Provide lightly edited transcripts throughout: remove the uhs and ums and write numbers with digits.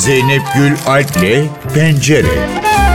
Zeynep Gül Alp'le Pencere.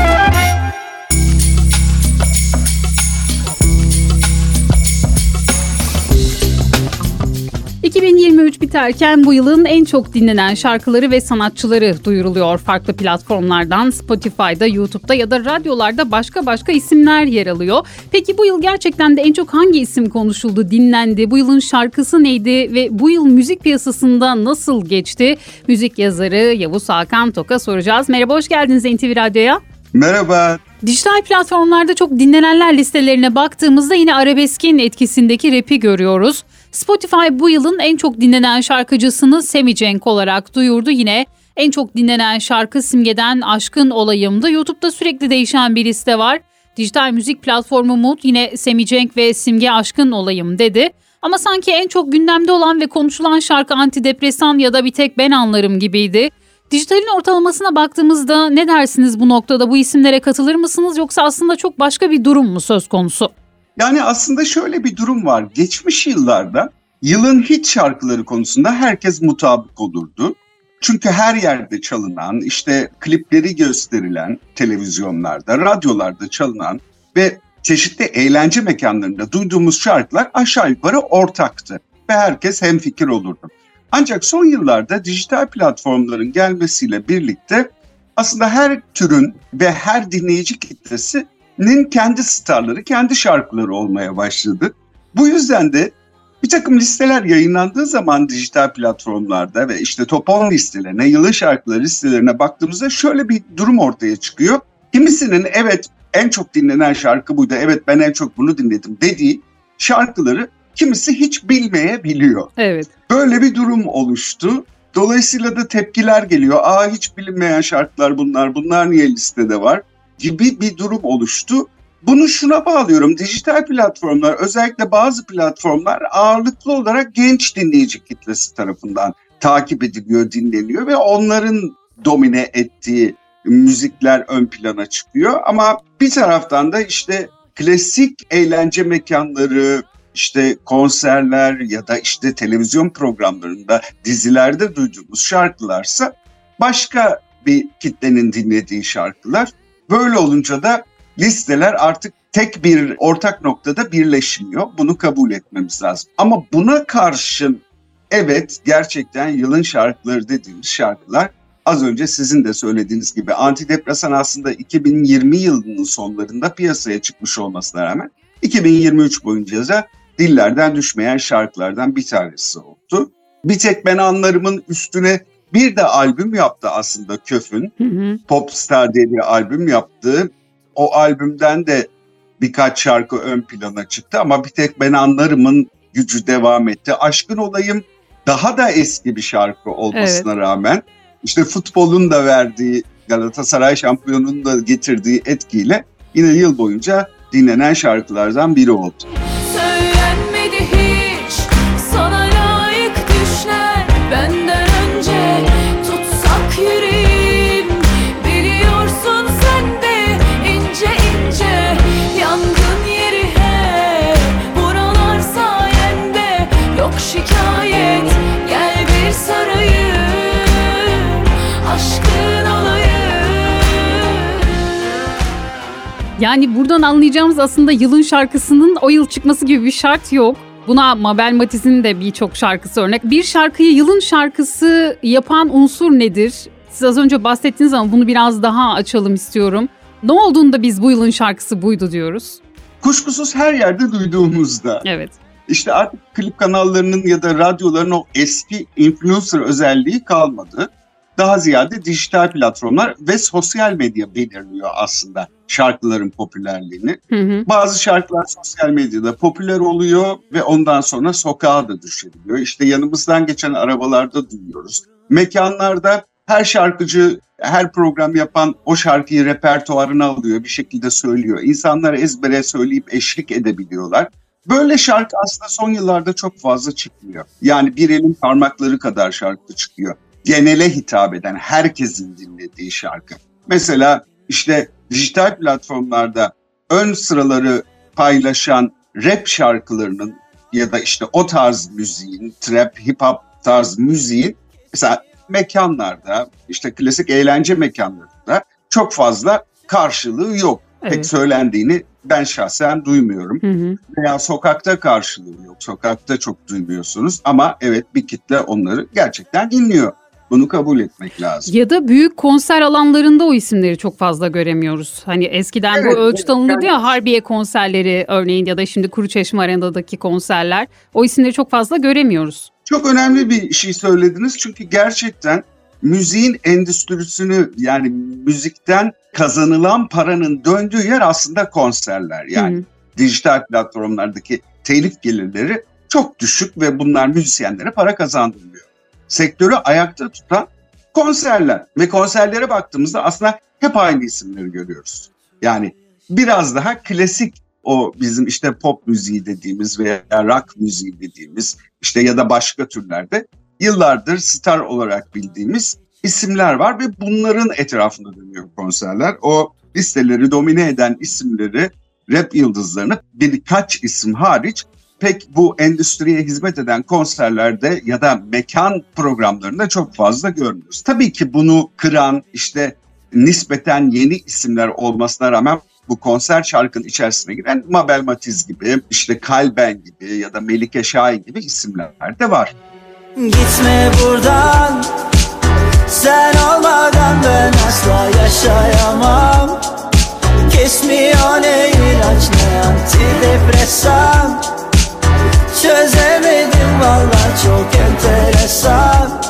...2023 biterken bu yılın en çok dinlenen şarkıları ve sanatçıları duyuruluyor farklı platformlardan. Spotify'da, YouTube'da ya da radyolarda başka isimler yer alıyor. Peki bu yıl gerçekten de en çok hangi isim konuşuldu, dinlendi? Bu yılın şarkısı neydi ve bu yıl müzik piyasasında nasıl geçti? Müzik yazarı Yavuz Hakan Tok'a soracağız. Merhaba, hoş geldiniz NTV Radyo'ya. Merhaba. Dijital platformlarda çok dinlenenler listelerine baktığımızda yine arabeskin etkisindeki rap'i görüyoruz. Spotify bu yılın en çok dinlenen şarkıcısını Sammy Cenk olarak duyurdu. Yine en çok dinlenen şarkı Simge'den Aşkın Olayım'dı. YouTube'da sürekli değişen bir liste var. Dijital müzik platformu Mood yine Sammy Cenk ve Simge Aşkın Olayım dedi. Ama sanki en çok gündemde olan ve konuşulan şarkı Antidepresan ya da Bir Tek Ben Anlarım gibiydi. Dijitalin ortalamasına baktığımızda ne dersiniz bu noktada? Bu isimlere katılır mısınız yoksa aslında çok başka bir durum mu söz konusu? Yani aslında şöyle bir durum var. Geçmiş yıllarda yılın hit şarkıları konusunda herkes mutabık olurdu. Çünkü her yerde çalınan, işte klipleri gösterilen televizyonlarda, radyolarda çalınan ve çeşitli eğlence mekanlarında duyduğumuz şarkılar aşağı yukarı ortaktı ve herkes hemfikir olurdu. Ancak son yıllarda dijital platformların gelmesiyle birlikte aslında her türün ve her dinleyici kitlesinin kendi starları, kendi şarkıları olmaya başladı. Bu yüzden de bir takım listeler yayınlandığı zaman dijital platformlarda ve işte top 10 listelerine, yılın şarkıları listelerine baktığımızda şöyle bir durum ortaya çıkıyor. Kimisinin evet en çok dinlenen şarkı buydu, evet ben en çok bunu dinledim dediği şarkıları kimisi hiç bilmeyebiliyor. Evet. Böyle bir durum oluştu. Dolayısıyla da tepkiler geliyor. Hiç bilinmeyen şarkılar bunlar niye listede var gibi bir durum oluştu. Bunu şuna bağlıyorum. Dijital platformlar, özellikle bazı platformlar ağırlıklı olarak genç dinleyici kitlesi tarafından takip ediliyor, dinleniyor ve onların domine ettiği müzikler ön plana çıkıyor. Ama bir taraftan da işte klasik eğlence mekanları, İşte konserler ya da işte televizyon programlarında, dizilerde duyduğumuz şarkılarsa başka bir kitlenin dinlediği şarkılar. Böyle olunca da listeler artık tek bir ortak noktada birleşmiyor. Bunu kabul etmemiz lazım. Ama buna karşın evet gerçekten yılın şarkıları dediğimiz şarkılar az önce sizin de söylediğiniz gibi Antidepresan aslında 2020 yılının sonlarında piyasaya çıkmış olmasına rağmen 2023 boyunca da dillerden düşmeyen şarkılardan bir tanesi oldu. Bir Tek Ben Anlarım'ın üstüne bir de albüm yaptı aslında Köf'ün. Popstar diye bir albüm yaptı. O albümden de birkaç şarkı ön plana çıktı ama Bir Tek Ben Anlarım'ın gücü devam etti. Aşkın Olayım daha da eski bir şarkı olmasına rağmen işte futbolun da verdiği, Galatasaray şampiyonunun da getirdiği etkiyle yine yıl boyunca dinlenen şarkılardan biri oldu. Yani buradan anlayacağımız aslında yılın şarkısının o yıl çıkması gibi bir şart yok. Buna Mabel Matiz'in de birçok şarkısı örnek. Bir şarkıyı yılın şarkısı yapan unsur nedir? Siz az önce bahsettiniz ama bunu biraz daha açalım istiyorum. Ne olduğunda biz bu yılın şarkısı buydu diyoruz? Kuşkusuz her yerde duyduğumuzda. Evet. İşte artık klip kanallarının ya da radyoların o eski influencer özelliği kalmadı. Daha ziyade dijital platformlar ve sosyal medya belirliyor aslında şarkıların popülerliğini. Bazı şarkılar sosyal medyada popüler oluyor ve ondan sonra sokağa da düşebiliyor. İşte yanımızdan geçen arabalarda duyuyoruz. Mekanlarda her şarkıcı, her program yapan o şarkıyı repertuarına alıyor, bir şekilde söylüyor. İnsanlar ezbere söyleyip eşlik edebiliyorlar. Böyle şarkı aslında son yıllarda çok fazla çıkmıyor. Yani bir elin parmakları kadar şarkı çıkıyor. Genele hitap eden, herkesin dinlediği şarkı. Mesela işte dijital platformlarda ön sıraları paylaşan rap şarkılarının ya da işte o tarz müziğin, trap, hip hop tarz müziğin mesela klasik mekanlarda, işte klasik eğlence mekanlarında çok fazla karşılığı yok. Evet. Pek söylendiğini ben şahsen duymuyorum. Veya sokakta karşılığı yok. Sokakta çok duymuyorsunuz ama evet bir kitle onları gerçekten dinliyor. Bunu kabul etmek lazım. Ya da büyük konser alanlarında o isimleri çok fazla göremiyoruz. Hani eskiden bu Evet, ölçüt alınırdı yani- ya, Harbiye konserleri örneğin ya da şimdi Kuruçeşme Arena'daki konserler. O isimleri çok fazla göremiyoruz. Çok önemli bir şey söylediniz çünkü gerçekten müziğin endüstrisini, yani müzikten kazanılan paranın döndüğü yer aslında konserler. Yani dijital platformlardaki telif gelirleri çok düşük ve bunlar müzisyenlere para kazandırmıyor. Sektörü ayakta tutan konserler ve konserlere baktığımızda aslında hep aynı isimleri görüyoruz. Yani biraz daha klasik, o bizim işte pop müziği dediğimiz veya rock müziği dediğimiz işte ya da başka türlerde yıllardır star olarak bildiğimiz isimler var ve bunların etrafında dönüyor konserler. O listeleri domine eden isimleri, rap yıldızlarını birkaç isim hariç pek bu endüstriye hizmet eden konserlerde ya da mekan programlarında çok fazla görmüyoruz. Tabii ki bunu kıran işte nispeten yeni isimler olmasına rağmen bu konser şarkının içerisine giren Mabel Matiz gibi, işte Kalben gibi ya da Melike Şahin gibi isimler de var. Gitme buradan, sen olmadan ben asla yaşayamam. Kesmiyor ne ilaç ne antidepresan. Çözemedim vallahi, çok enteresan.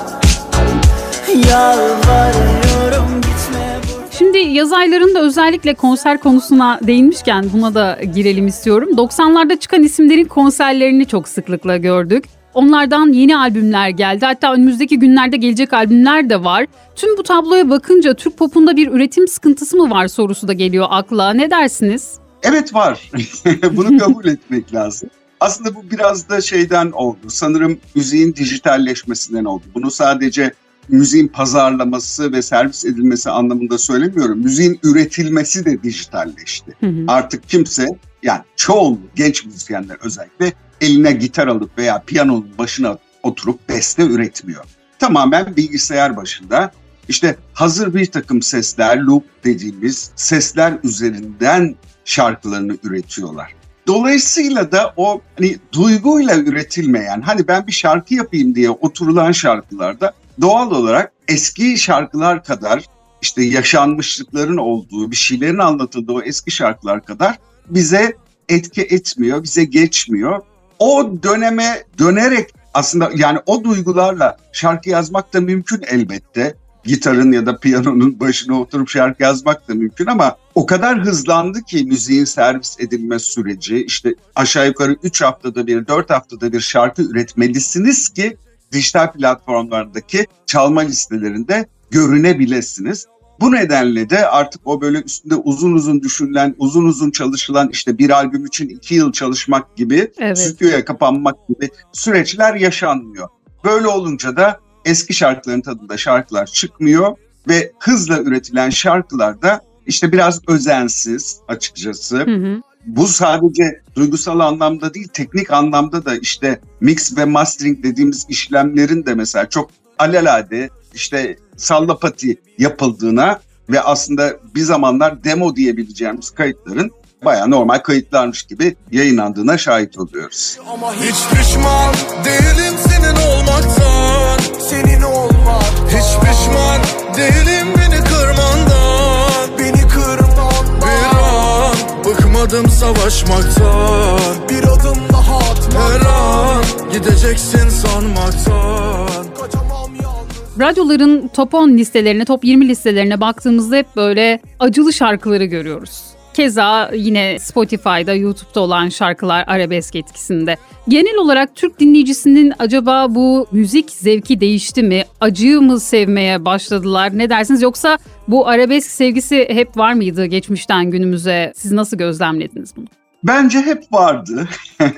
Yalvarıyorum gitme buradan. Şimdi yaz aylarında özellikle konser konusuna değinmişken buna da girelim istiyorum. 90'larda çıkan isimlerin konserlerini çok sıklıkla gördük. Onlardan yeni albümler geldi. Hatta önümüzdeki günlerde gelecek albümler de var. Tüm bu tabloya bakınca Türk popunda bir üretim sıkıntısı mı var sorusu da geliyor akla. Ne dersiniz? Evet var. Bunu kabul etmek lazım. Aslında bu biraz da şeyden oldu. Sanırım müziğin dijitalleşmesinden oldu. Bunu sadece müziğin pazarlaması ve servis edilmesi anlamında söylemiyorum. Müziğin üretilmesi de dijitalleşti. Artık kimse, yani çoğunluğu genç müzisyenler özellikle eline gitar alıp veya piyanonun başına oturup beste üretmiyor. Tamamen bilgisayar başında işte hazır bir takım sesler, loop dediğimiz sesler üzerinden şarkılarını üretiyorlar. Dolayısıyla da o hani duyguyla üretilmeyen, hani ben bir şarkı yapayım diye oturulan şarkılarda doğal olarak eski şarkılar kadar, işte yaşanmışlıkların olduğu, bir şeylerin anlatıldığı o eski şarkılar kadar bize etki etmiyor, bize geçmiyor. O döneme dönerek aslında, yani o duygularla şarkı yazmak da mümkün elbette. Gitarın ya da piyanonun başına oturup şarkı yazmak da mümkün ama o kadar hızlandı ki müziğin servis edilme süreci, işte aşağı yukarı 3 haftada bir, 4 haftada bir şarkı üretmelisiniz ki dijital platformlardaki çalma listelerinde görünebilirsiniz. Bu nedenle de artık o böyle üstünde uzun uzun düşünülen, uzun uzun çalışılan, işte bir albüm için 2 yıl çalışmak gibi, Evet. stüdyoya kapanmak gibi süreçler yaşanmıyor. Böyle olunca da eski şarkıların tadında şarkılar çıkmıyor ve hızla üretilen şarkılar da işte biraz özensiz açıkçası. Bu sadece duygusal anlamda değil, teknik anlamda da işte mix ve mastering dediğimiz işlemlerin de mesela çok alelade, işte sallapati yapıldığına ve aslında bir zamanlar demo diyebileceğimiz kayıtların bayağı normal kayıtlarmış gibi yayınlandığına şahit oluyoruz. Ama hiç pişman değilim senin olmaktan, senin olmak. Hiç pişman değilim beni kırmandan, beni kırmandan. Bir an bıkmadım savaşmaktan, bir adım daha atmaktan. Her an gideceksin sanmaktan. Kaçamam yalnız. Radyoların top 10 listelerine, top 20 listelerine baktığımızda hep böyle acılı şarkıları görüyoruz. Keza yine Spotify'da, YouTube'da olan şarkılar arabesk etkisinde. Genel olarak Türk dinleyicisinin acaba bu müzik zevki değişti mi? Acıyı mı sevmeye başladılar? Ne dersiniz? Yoksa bu arabesk sevgisi hep var mıydı geçmişten günümüze? Siz nasıl gözlemlediniz bunu? Bence hep vardı.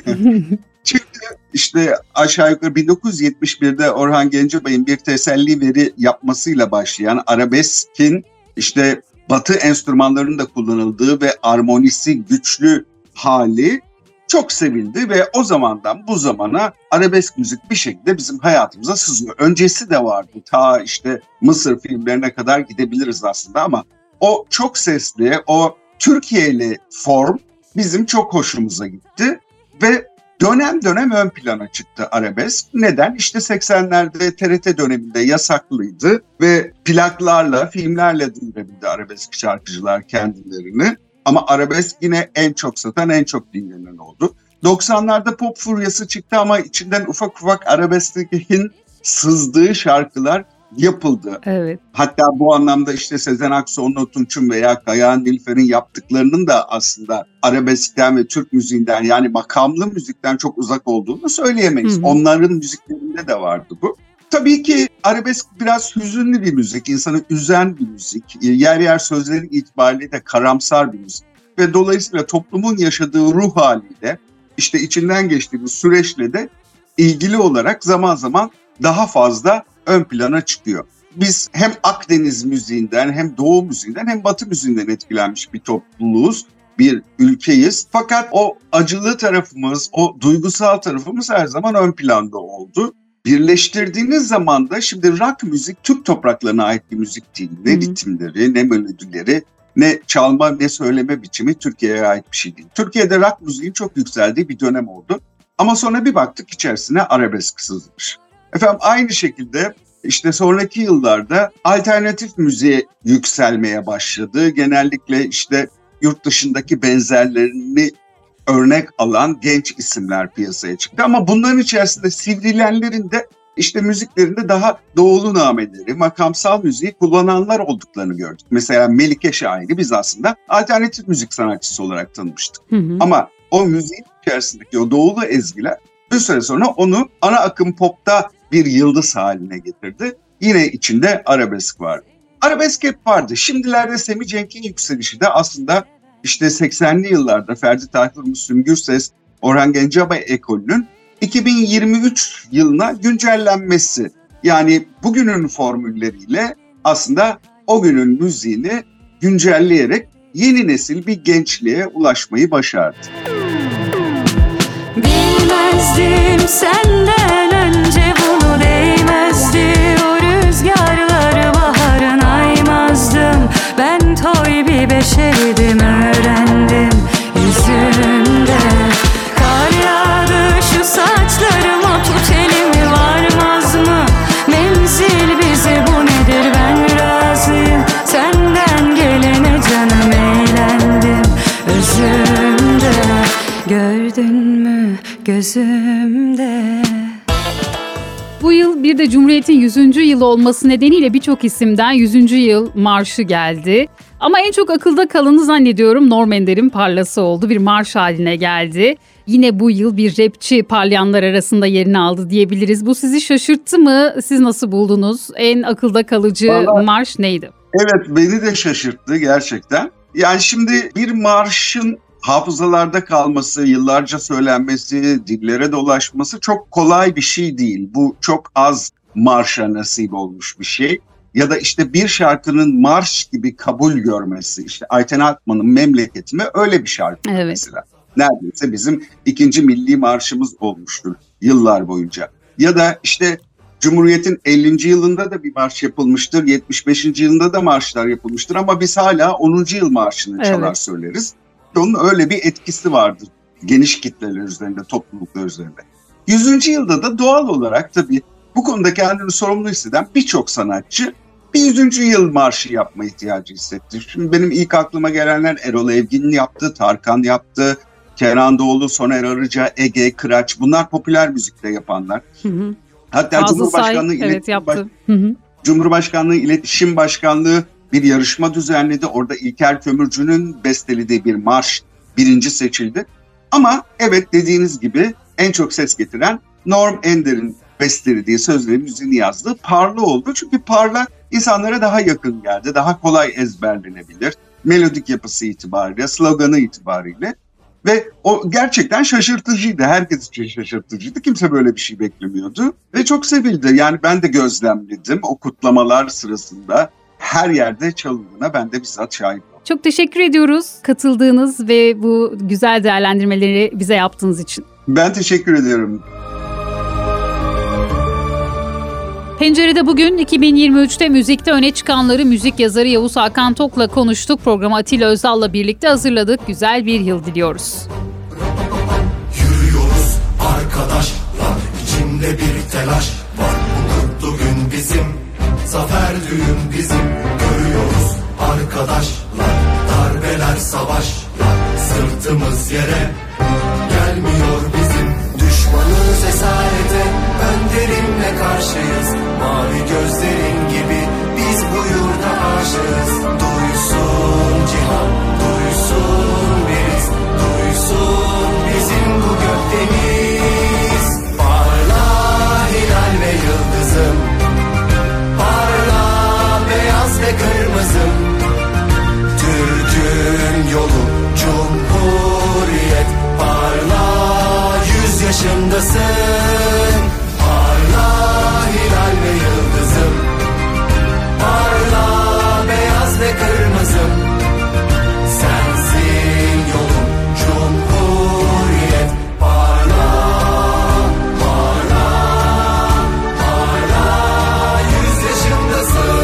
Çünkü işte aşağı yukarı 1971'de Orhan Gencebay'ın bir teselli veri yapmasıyla başlayan arabeskin işte Batı enstrümanlarının da kullanıldığı ve armonisi güçlü hali çok sevildi ve o zamandan bu zamana arabesk müzik bir şekilde bizim hayatımıza sızıyor. Öncesi de vardı. Ta işte Mısır filmlerine kadar gidebiliriz aslında ama o çok sesli, o Türkiye'li form bizim çok hoşumuza gitti ve dönem dönem ön plana çıktı arabesk. Neden? İşte 80'lerde TRT döneminde yasaklıydı ve plaklarla, filmlerle duyurabildi arabesk şarkıcılar kendilerini. Ama arabesk yine en çok satan, en çok dinlenen oldu. 90'larda pop furyası çıktı ama içinden ufak ufak arabeskin sızdığı şarkılar yapıldı. Evet. Hatta bu anlamda işte Sezen Aksu, Onur Tunç'un veya Kayahan Nilüfer'in yaptıklarının da aslında arabeskten ve Türk müziğinden yani makamlı müzikten çok uzak olduğunu söyleyemeyiz. Hı hı. Onların müziklerinde de vardı bu. Tabii ki arabesk biraz hüzünlü bir müzik, insanı üzen bir müzik. Yer yer sözleri itibariyle de karamsar bir müzik. Ve dolayısıyla toplumun yaşadığı ruh haliyle, işte içinden geçtiğimiz süreçle de ilgili olarak zaman zaman daha fazla ön plana çıkıyor. Biz hem Akdeniz müziğinden hem Doğu müziğinden hem Batı müziğinden etkilenmiş bir topluluğuz, bir ülkeyiz. Fakat o acılı tarafımız, o duygusal tarafımız her zaman ön planda oldu. Birleştirdiğiniz zaman da şimdi rock müzik Türk topraklarına ait bir müzik değil. Ne ritimleri, ne melodileri, ne çalma, ne söyleme biçimi Türkiye'ye ait bir şey değil. Türkiye'de rock müziğin çok yükseldiği bir dönem oldu. Ama sonra bir baktık içerisine arabesk sızmış. Efendim aynı şekilde işte sonraki yıllarda alternatif müziğe yükselmeye başladı. Genellikle işte yurt dışındaki benzerlerini örnek alan genç isimler piyasaya çıktı. Ama bunların içerisinde sivrilenlerin de işte müziklerinde daha doğulu nameleri, makamsal müziği kullananlar olduklarını gördük. Mesela Melike Şahin'i biz aslında alternatif müzik sanatçısı olarak tanımıştık. Hı hı. Ama o müziğin içerisindeki o doğulu ezgiler bir süre sonra onu ana akım popta bir yıldız haline getirdi. Yine içinde arabesk vardı. Arabesk hep vardı. Şimdilerde Semih Cenk'in yükselişi de aslında işte 80'li yıllarda Ferdi Tayfur, Müslüm Gürses, Orhan Gencebay ekolünün 2023 yılına güncellenmesi. Yani bugünün formülleriyle aslında o günün müziğini güncelleyerek yeni nesil bir gençliğe ulaşmayı başardı. Bilmezdim senden önce bunu değmezdi. O rüzgarları baharın aymazdım. Ben toy bir beşerdim, öğrendim yüzümde. Kar yağdı şu saçlarıma, tut elimi varmaz mı? Menzil bize bu nedir, ben razıyım. Senden gelene canım eğlendim özümde. Gördün mü gözümde? Bu yıl bir de Cumhuriyet'in 100. yılı olması nedeniyle birçok isimden 100. yıl marşı geldi. Ama en çok akılda kalanı zannediyorum Norm Ender'in Parlası oldu. Bir marş haline geldi. Yine bu yıl bir rapçi parlayanlar arasında yerini aldı diyebiliriz. Bu sizi şaşırttı mı? Siz nasıl buldunuz? En akılda kalıcı marş neydi? Evet, beni de şaşırttı gerçekten. Yani şimdi bir marşın hafızalarda kalması, yıllarca söylenmesi, dillere dolaşması çok kolay bir şey değil. Bu çok az marşa nasip olmuş bir şey. Ya da işte bir şarkının marş gibi kabul görmesi. İşte Ayten Alpman'ın Memleketimi öyle bir şarkı mesela. Neredeyse bizim ikinci milli marşımız olmuştur yıllar boyunca. Ya da işte Cumhuriyet'in 50. yılında da bir marş yapılmıştır, 75. yılında da marşlar yapılmıştır ama biz hala 10. yıl marşını çalar söyleriz. Onun öyle bir etkisi vardır geniş kitleler üzerinde, topluluklar üzerinde. 100. yılda da doğal olarak tabii bu konuda kendini sorumlu hisseden birçok sanatçı bir 100. yıl marşı yapma ihtiyacı hissetti. Şimdi benim ilk aklıma gelenler Erol Evgin yaptı, Tarkan yaptı, Kenan Doğulu, Soner Arıca, Ege, Kıraç, bunlar popüler müzikte yapanlar. Hı hı. Hatta Cumhurbaşkanlığı İletişim Başkanlığı bir yarışma düzenledi. Orada İlker Kömürcü'nün bestelediği bir marş birinci seçildi. Ama evet, dediğiniz gibi en çok ses getiren Norm Ender'in bestelediği, sözleri, müziğini yazdığı Parla oldu. Çünkü Parla insanlara daha yakın geldi, daha kolay ezberlenebilir. Melodik yapısı itibariyle, sloganı itibariyle. Ve o gerçekten şaşırtıcıydı. Herkes için şaşırtıcıydı. Kimse böyle bir şey beklemiyordu. Ve çok sevildi. Yani ben de gözlemledim o kutlamalar sırasında. Her yerde çalındığına ben de bizzat şahit oldum. Çok teşekkür ediyoruz katıldığınız ve bu güzel değerlendirmeleri bize yaptığınız için. Ben teşekkür ediyorum. Pencere'de bugün 2023'te müzikte öne çıkanları müzik yazarı Yavuz Hakan Tok'la konuştuk. Programı Atilla Özdal'la birlikte hazırladık. Güzel bir yıl diliyoruz. Yürüyoruz arkadaşlar, içimde bir telaş var. Bu mutlu gün bizim, zafer düğün bizim. Görüyoruz arkadaşlar, darbeler savaşlar. Sırtımız yere gelmiyor bizim. Düşmanız esarete, önderimle karşıyız. Mavi gözlerin gibi biz bu yurda aşığız. Duysun cihan, duysun biriz, duysun bizim bu gökdeniz. Parla hilal ve yıldızım, parla beyaz ve kırmızım. Türk'ün yolu Cumhuriyet, parla 100 yaşındasın. Parla hilal ve yıldızım, parla beyaz ve kırmızım. Sensin yolum Cumhuriyet, parla, parla, parla 100 yaşındasın.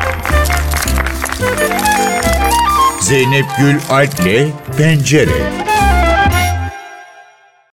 Zeynep Gül Alp'le Pencere.